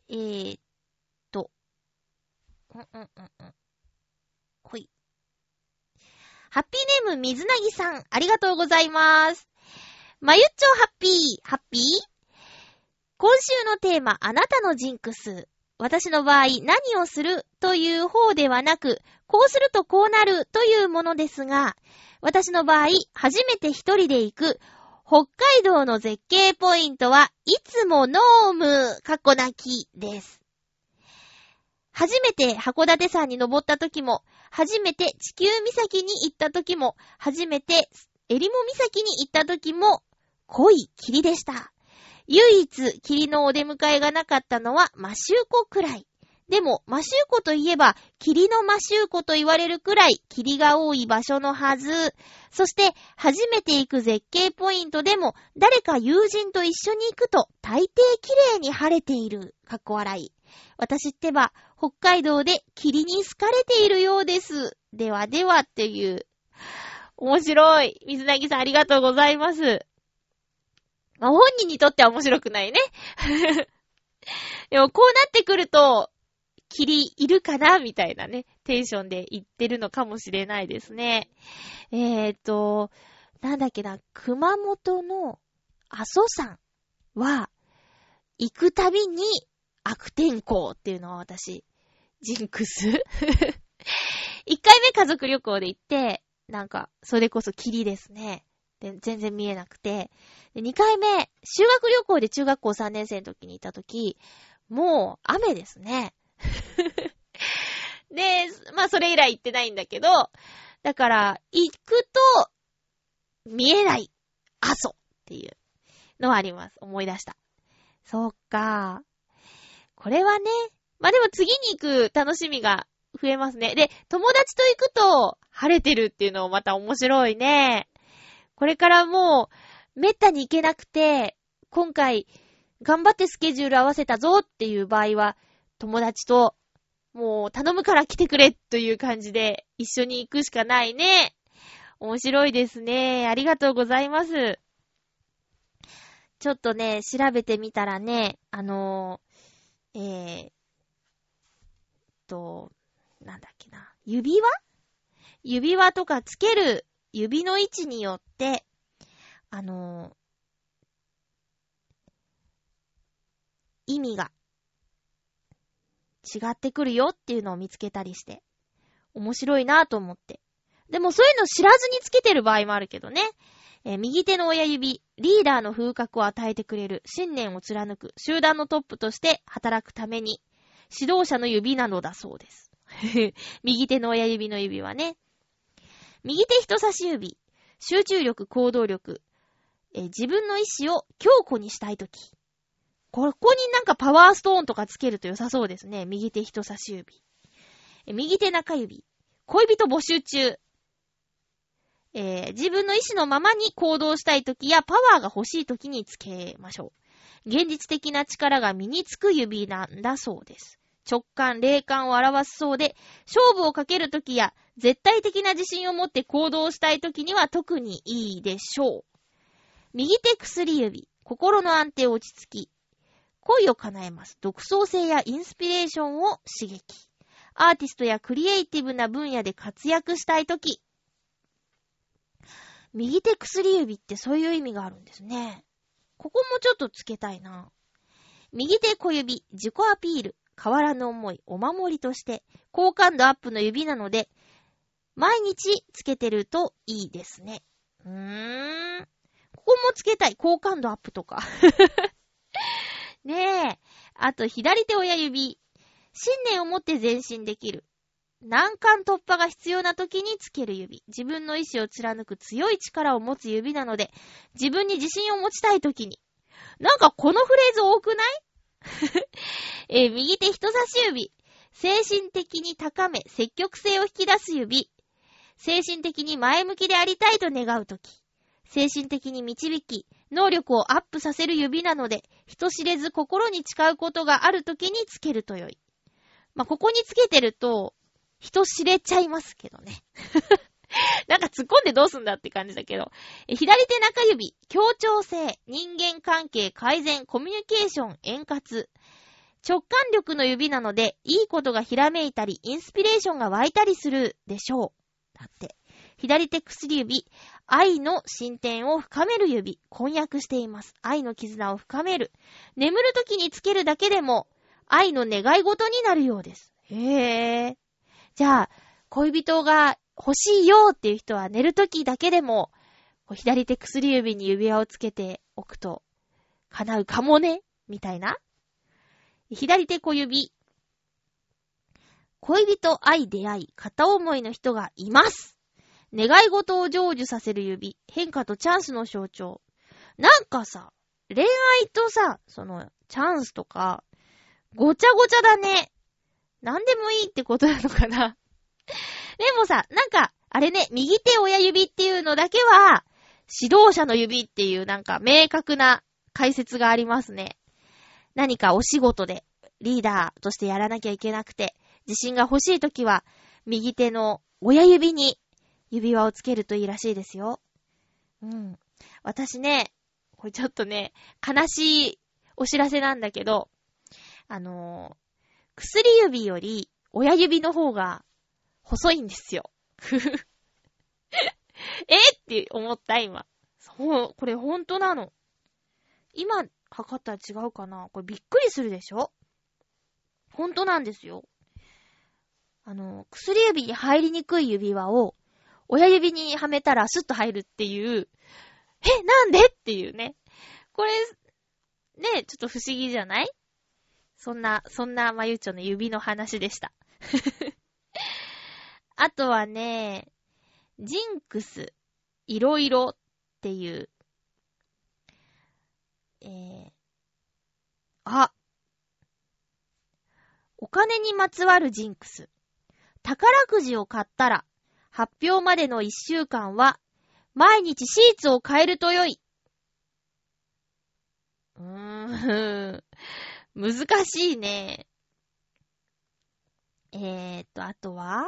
ほい。ハッピーネーム水なぎさん、ありがとうございます。まゆっちょハッピー、ハッピー？今週のテーマ、あなたのジンクス。私の場合、何をするという方ではなく、こうするとこうなるというものですが、私の場合、初めて一人で行く、北海道の絶景ポイントはいつもノーム、かっこなきです。初めて函館山に登った時も、初めて地球岬に行った時も、初めて襟裳岬に行った時も、濃い霧でした。唯一霧のお出迎えがなかったのは摩周湖くらい。でも摩周湖といえば霧の摩周湖と言われるくらい霧が多い場所のはず。そして初めて行く絶景ポイントでも誰か友人と一緒に行くと大抵綺麗に晴れている。かっこ笑い。私ってば北海道で霧に好かれているようです。ではではっていう。面白い。水なぎさんありがとうございます。まあ、本人にとっては面白くないね。でもこうなってくると、霧いるかなみたいなね、テンションで言ってるのかもしれないですね。なんだっけな、熊本の阿蘇山は、行くたびに悪天候っていうのは私、ジンクス1回目家族旅行で行って、なんか、それこそ霧ですね。で全然見えなくて。で、2回目、修学旅行で中学校3年生の時に行った時、もう雨ですね。で、まあそれ以来行ってないんだけど、だから行くと見えない阿蘇っていうのはあります。思い出した。そっか。これはね、まあでも次に行く楽しみが増えますね。で、友達と行くと晴れてるっていうのもまた面白いね。これからもう、めったに行けなくて、今回、頑張ってスケジュール合わせたぞっていう場合は、友達と、もう頼むから来てくれという感じで一緒に行くしかないね。面白いですね。ありがとうございます。ちょっとね、調べてみたらね、なんだっけな。指輪とかつける指の位置によって、意味が違ってくるよっていうのを見つけたりして、面白いなぁと思って。でもそういうの知らずにつけてる場合もあるけどね。右手の親指、リーダーの風格を与えてくれる、信念を貫く、集団のトップとして働くために、指導者の指なのだそうです。右手の親指の指はね。右手人差し指、集中力、行動力、自分の意志を強固にしたいとき。ここになんかパワーストーンとかつけると良さそうですね。右手人差し指。右手中指、恋人募集中。自分の意志のままに行動したいときやパワーが欲しいときにつけましょう。現実的な力が身につく指なんだそうです。直感、霊感を表すそうで、勝負をかけるときや絶対的な自信を持って行動したいときには特にいいでしょう。右手薬指、心の安定落ち着き、恋を叶えます。独創性やインスピレーションを刺激。アーティストやクリエイティブな分野で活躍したいとき。右手薬指ってそういう意味があるんですね。ここもちょっとつけたいな。右手小指、自己アピール、変わらぬ思い、お守りとして、好感度アップの指なので、毎日つけてるといいですね。ここもつけたい。好感度アップとか。ねえ。あと、左手親指、信念を持って前進できる。難関突破が必要な時につける指。自分の意志を貫く強い力を持つ指なので、自分に自信を持ちたい時に。なんかこのフレーズ多くない右手人差し指。精神的に高め、積極性を引き出す指。精神的に前向きでありたいと願う時。精神的に導き、能力をアップさせる指なので、人知れず心に誓うことがある時につけるとよい。まあ、ここにつけてると、人知れちゃいますけどね。なんか突っ込んでどうすんだって感じだけど。左手中指、協調性、人間関係改善、コミュニケーション、円滑。直感力の指なので、いいことがひらめいたり、インスピレーションが湧いたりするでしょう。だって。左手薬指、愛の進展を深める指、婚約しています。愛の絆を深める。眠るときにつけるだけでも、愛の願い事になるようです。へー。じゃあ、恋人が欲しいよっていう人は寝るときだけでも、左手薬指に指輪をつけておくと、叶うかもねみたいな。左手小指。恋人、愛、出会い、片思いの人がいます。願い事を成就させる指。変化とチャンスの象徴。なんかさ、恋愛とさ、チャンスとか、ごちゃごちゃだね。なんでもいいってことなのかな。でもさ、なんか、あれね、右手親指っていうのだけは、指導者の指っていうなんか明確な解説がありますね。何かお仕事でリーダーとしてやらなきゃいけなくて、自信が欲しいときは、右手の親指に指輪をつけるといいらしいですよ。私ね、これちょっとね、悲しいお知らせなんだけど、薬指より親指の方が細いんですよ。って思った今。そう、これほんとなの。今測ったら違うかな。これびっくりするでしょ？ほんとなんですよ。薬指に入りにくい指輪を親指にはめたらスッと入るっていう、なんでっていうね。これ、ね、ちょっと不思議じゃない？そんなまゆちょの指の話でした。あとはね、ジンクス、いろいろっていう、お金にまつわるジンクス。 宝くじを買ったら、発表までの1週間は、毎日シーツを変えると良い。難しいね。あとは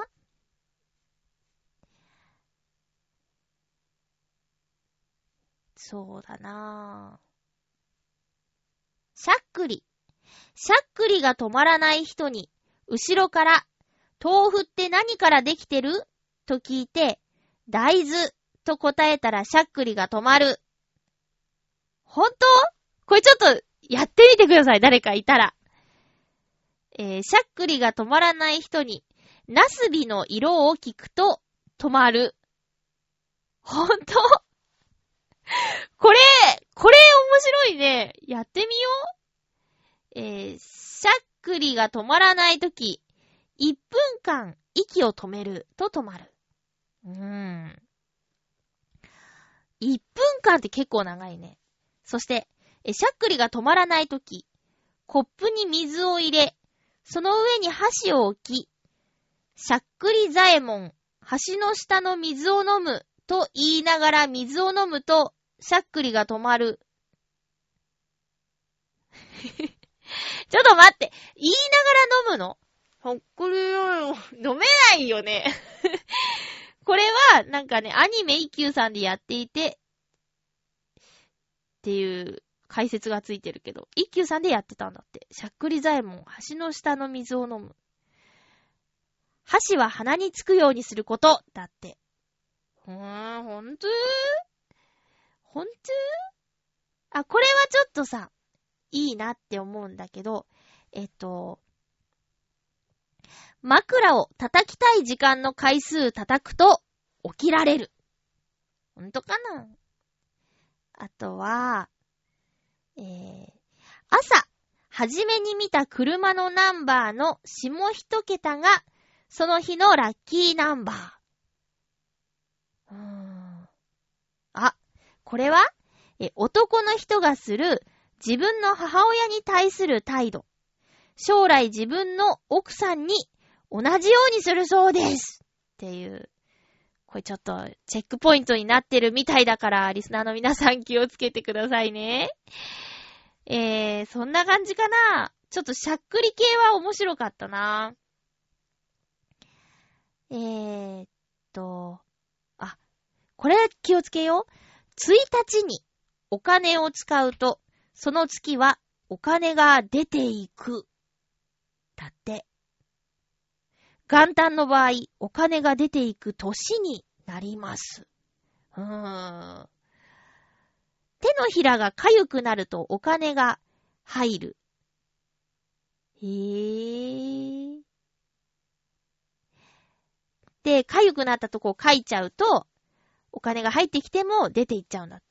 そうだなぁ。しゃっくりが止まらない人に、後ろから、豆腐って何からできてる？と聞いて、大豆と答えたらしゃっくりが止まる。本当？これちょっとやってみてください、誰かいたら。しゃっくりが止まらない人に、ナスビの色を聞くと止まる。本当？これ面白いね。やってみよう。しゃっくりが止まらないとき、1分間息を止めると止まる。1分間って結構長いね。そして、しゃっくりが止まらないとき、コップに水を入れ、その上に箸を置き、しゃっくりざえもん、橋の下の水を飲むと言いながら水を飲むと、しゃっくりが止まる。ちょっと待って、言いながら飲むの？しゃっくり飲めないよね。これは、なんかね、アニメ一休さんでやっていて、っていう解説がついてるけど、一休さんでやってたんだって。しゃっくりざえもん、橋の下の水を飲む。箸は鼻につくようにすること、だって。ほんと？あ、これはちょっとさ、いいなって思うんだけど、枕を叩きたい時間の回数叩くと起きられる。ほんとかな？あとは、朝、はじめに見た車のナンバーの下一桁が、その日のラッキーナンバー。あ、これは、男の人がする自分の母親に対する態度。将来自分の奥さんに同じようにするそうです。っていう。これちょっとチェックポイントになってるみたいだから、リスナーの皆さん気をつけてくださいね。そんな感じかな。ちょっとしゃっくり系は面白かったな。これ気をつけよう。1日にお金を使うと、その月はお金が出ていく。だって。元旦の場合、お金が出ていく年になります。手のひらが痒くなるとお金が入る。で、痒くなったとこを書いちゃうと、お金が入ってきても出ていっちゃうんだって。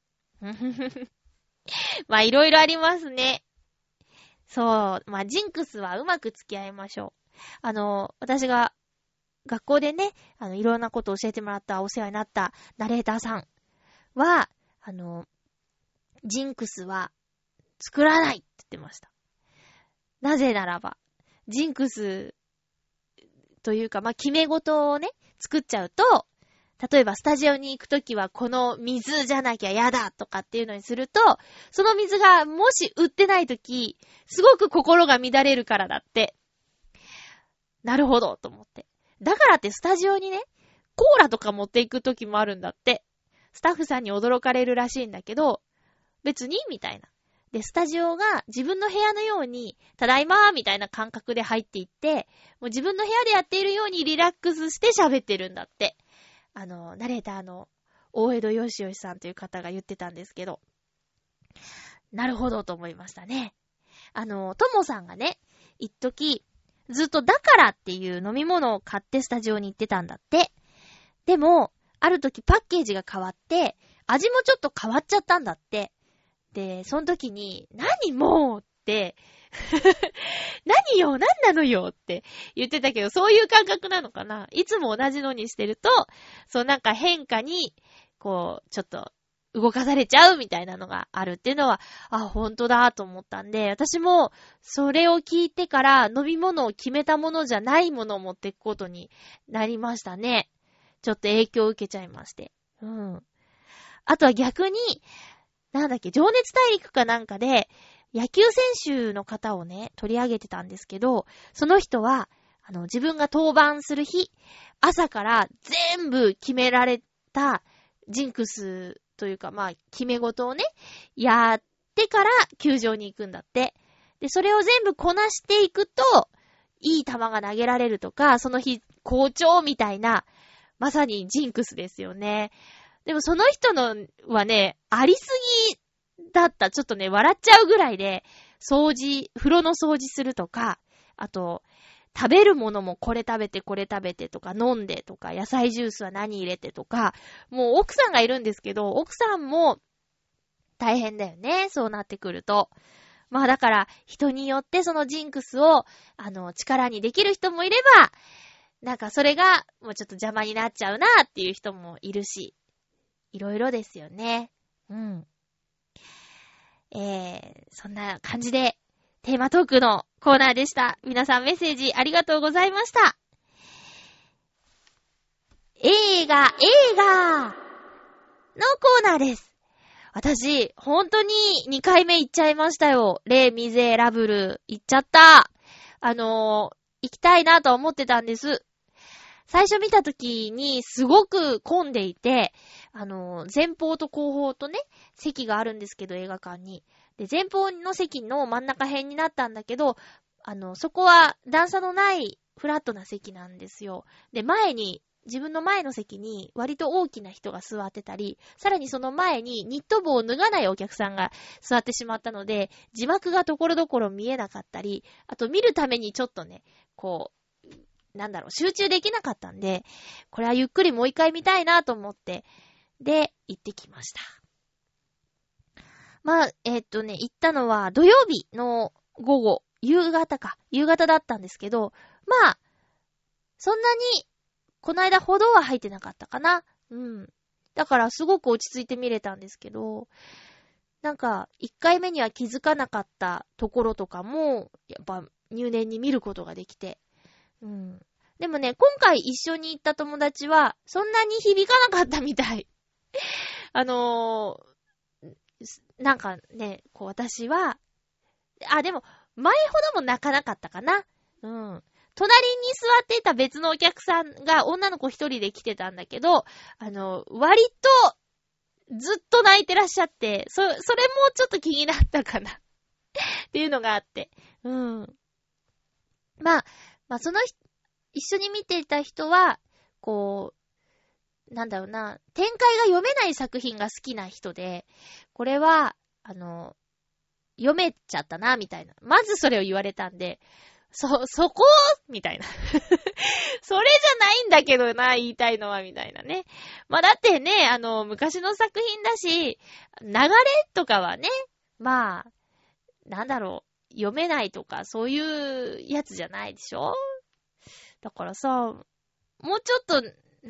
まあ、いろいろありますね。そう。まあ、ジンクスはうまく付き合いましょう。私が学校でね、いろんなことを教えてもらったお世話になったナレーターさんは、ジンクスは作らないって言ってました。なぜならば、ジンクスというか、まあ、決め事をね、作っちゃうと、例えばスタジオに行くときはこの水じゃなきゃやだとかっていうのにすると、その水がもし売ってないとき、すごく心が乱れるからだって。なるほど、と思って。だからってスタジオにね、コーラとか持っていくときもあるんだって。スタッフさんに驚かれるらしいんだけど、別にみたいな。で、スタジオが自分の部屋のように、ただいまーみたいな感覚で入っていって、もう自分の部屋でやっているようにリラックスして喋ってるんだって。ナレーターの大江戸よしよしさんという方が言ってたんですけど、なるほどと思いましたね。ともさんがね、一時ずっとだからっていう飲み物を買ってスタジオに行ってたんだって。でも、ある時パッケージが変わって、味もちょっと変わっちゃったんだって。で、その時に、何もうって、何よ、何なのよって言ってたけど、そういう感覚なのかな。いつも同じのにしてると、そうなんか変化に、こう、ちょっと動かされちゃうみたいなのがあるっていうのは、本当だと思ったんで、私もそれを聞いてから飲み物を決めたものじゃないものを持っていくことになりましたね。ちょっと影響を受けちゃいまして。あとは逆に、情熱大陸かなんかで、野球選手の方をね、取り上げてたんですけど、その人は、自分が登板する日、朝から全部決められたジンクスというか、決め事をね、やってから球場に行くんだって。で、それを全部こなしていくと、いい球が投げられるとか、その日、好調みたいな、まさにジンクスですよね。でもその人のはね、ありすぎだった。ちょっとね、笑っちゃうぐらいで、風呂の掃除するとか、あと、食べるものもこれ食べてこれ食べてとか飲んでとか野菜ジュースは何入れてとか、もう奥さんがいるんですけど、奥さんも大変だよね。そうなってくると。だから人によってそのジンクスを力にできる人もいれば、それがもうちょっと邪魔になっちゃうなっていう人もいるし、いろいろですよね。そんな感じでテーマトークのコーナーでした。皆さんメッセージありがとうございました。映画のコーナーです。私、本当に2回目行っちゃいましたよ。レ・ミゼラブル行っちゃった。行きたいなと思ってたんです。最初見た時にすごく混んでいて、前方と後方とね、席があるんですけど映画館に。で、前方の席の真ん中辺になったんだけど、そこは段差のないフラットな席なんですよ。で、自分の前の席に割と大きな人が座ってたり、さらにその前にニット帽を脱がないお客さんが座ってしまったので、字幕がところどころ見えなかったり、あと見るためにちょっとね、集中できなかったんで、これはゆっくりもう一回見たいなと思って、で、行ってきました。行ったのは土曜日の午後、夕方だったんですけど、そんなに、この間ほどは入ってなかったかな。だからすごく落ち着いて見れたんですけど、1回目には気づかなかったところとかも、やっぱ入念に見ることができて。でもね、今回一緒に行った友達は、そんなに響かなかったみたい。私は、でも、前ほども泣かなかったかな。隣に座っていた別のお客さんが女の子一人で来てたんだけど、割とずっと泣いてらっしゃって、それもちょっと気になったかなっていうのがあって。一緒に見ていた人は、展開が読めない作品が好きな人で、これは、読めちゃったな、みたいな。まずそれを言われたんで、そこみたいな。それじゃないんだけどな、言いたいのは、みたいなね。だってね、昔の作品だし、流れとかはね、読めないとか、そういうやつじゃないでしょ？だからさ、もうちょっと、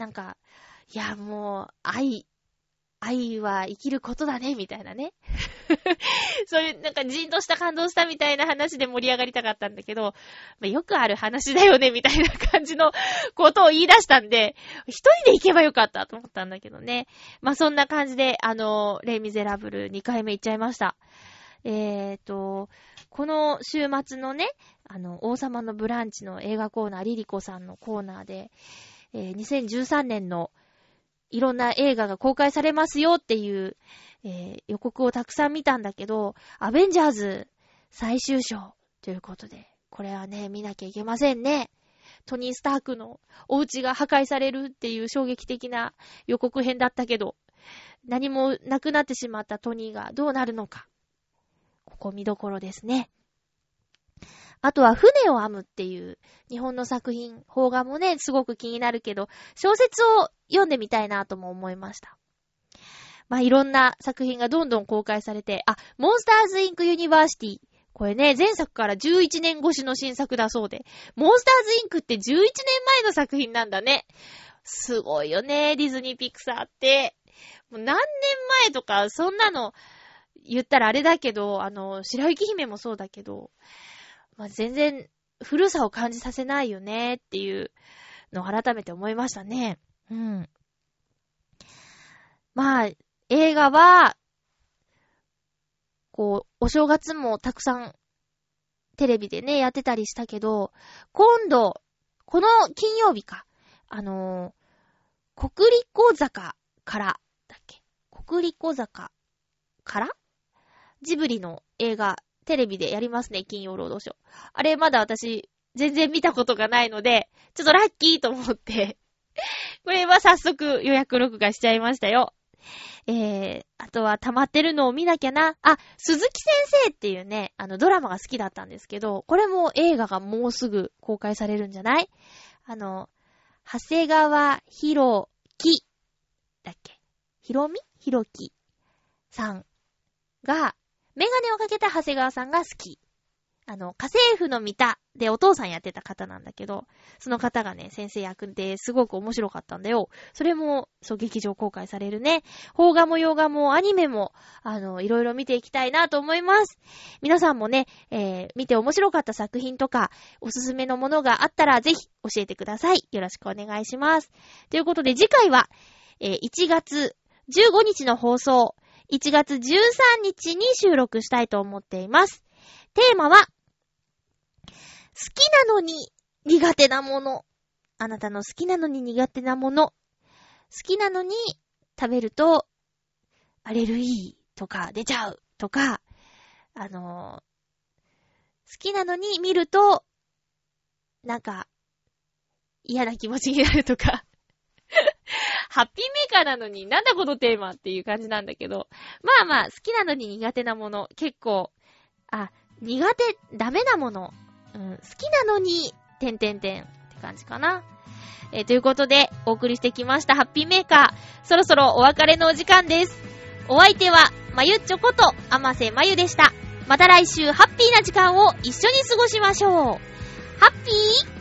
もう、愛は生きることだね、みたいなね。そういう、じんとした感動したみたいな話で盛り上がりたかったんだけど、よくある話だよね、みたいな感じのことを言い出したんで、一人で行けばよかったと思ったんだけどね。そんな感じで、レ・ミゼラブル2回目行っちゃいました。この週末のね、王様のブランチの映画コーナー、リリコさんのコーナーで、2013年のいろんな映画が公開されますよっていう、予告をたくさん見たんだけど、アベンジャーズ最終章ということで、これはね、見なきゃいけませんね。トニー・スタークのお家が破壊されるっていう衝撃的な予告編だったけど、何もなくなってしまったトニーがどうなるのか。ここ見どころですね。あとは船を編むっていう日本の作品、邦画もね、すごく気になるけど、小説を読んでみたいなとも思いました。いろんな作品がどんどん公開されて、モンスターズインクユニバーシティ。これね、前作から11年越しの新作だそうで、モンスターズインクって11年前の作品なんだね。すごいよね、ディズニーピクサーって。 もう何年前とか、そんなの言ったらあれだけど、白雪姫もそうだけど、まあ、全然古さを感じさせないよねっていうのを改めて思いましたね。うん。まあ、映画は、こう、お正月もたくさんテレビでね、やってたりしたけど、今度、この金曜日か、国立小坂からだっけ？国立小坂からジブリの映画、テレビでやりますね、金曜ロードショー。あれまだ私、全然見たことがないので、ちょっとラッキーと思って、これは早速予約録画しちゃいましたよ。あとは溜まってるのを見なきゃな。あ、鈴木先生っていうね、ドラマが好きだったんですけど、これも映画がもうすぐ公開されるんじゃない？長谷川博己だっけ？ひろきさんが、メガネをかけた長谷川さんが好き。家政婦のミタでお父さんやってた方なんだけど、その方がね、先生役ですごく面白かったんだよ。それも、そう、劇場公開されるね。邦画も洋画もアニメも、いろいろ見ていきたいなと思います。皆さんもね、見て面白かった作品とか、おすすめのものがあったらぜひ教えてください。よろしくお願いします。ということで次回は、1月15日の放送、1月13日に収録したいと思っています。テーマは、好きなのに苦手なもの。あなたの好きなのに苦手なもの。好きなのに食べるとアレルギーとか出ちゃうとか、好きなのに見るとなんか嫌な気持ちになるとか。ハッピーメーカーなのになんだこのテーマっていう感じなんだけど。まあまあ好きなのに苦手なもの。結構、ダメなもの。好きなのに、って感じかな。ということで、お送りしてきましたハッピーメーカー。そろそろお別れのお時間です。お相手は、まゆっちょこと、あませまゆでした。また来週、ハッピーな時間を一緒に過ごしましょう。ハッピー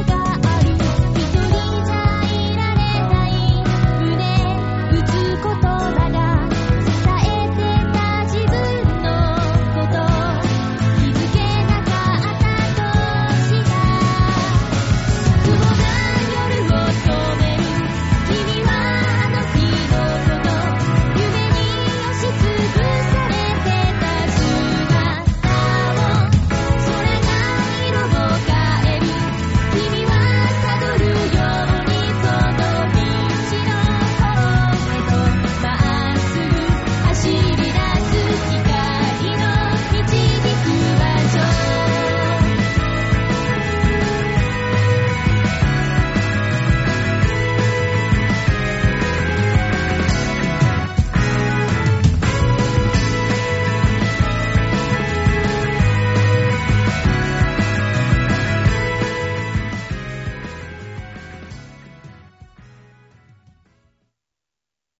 こと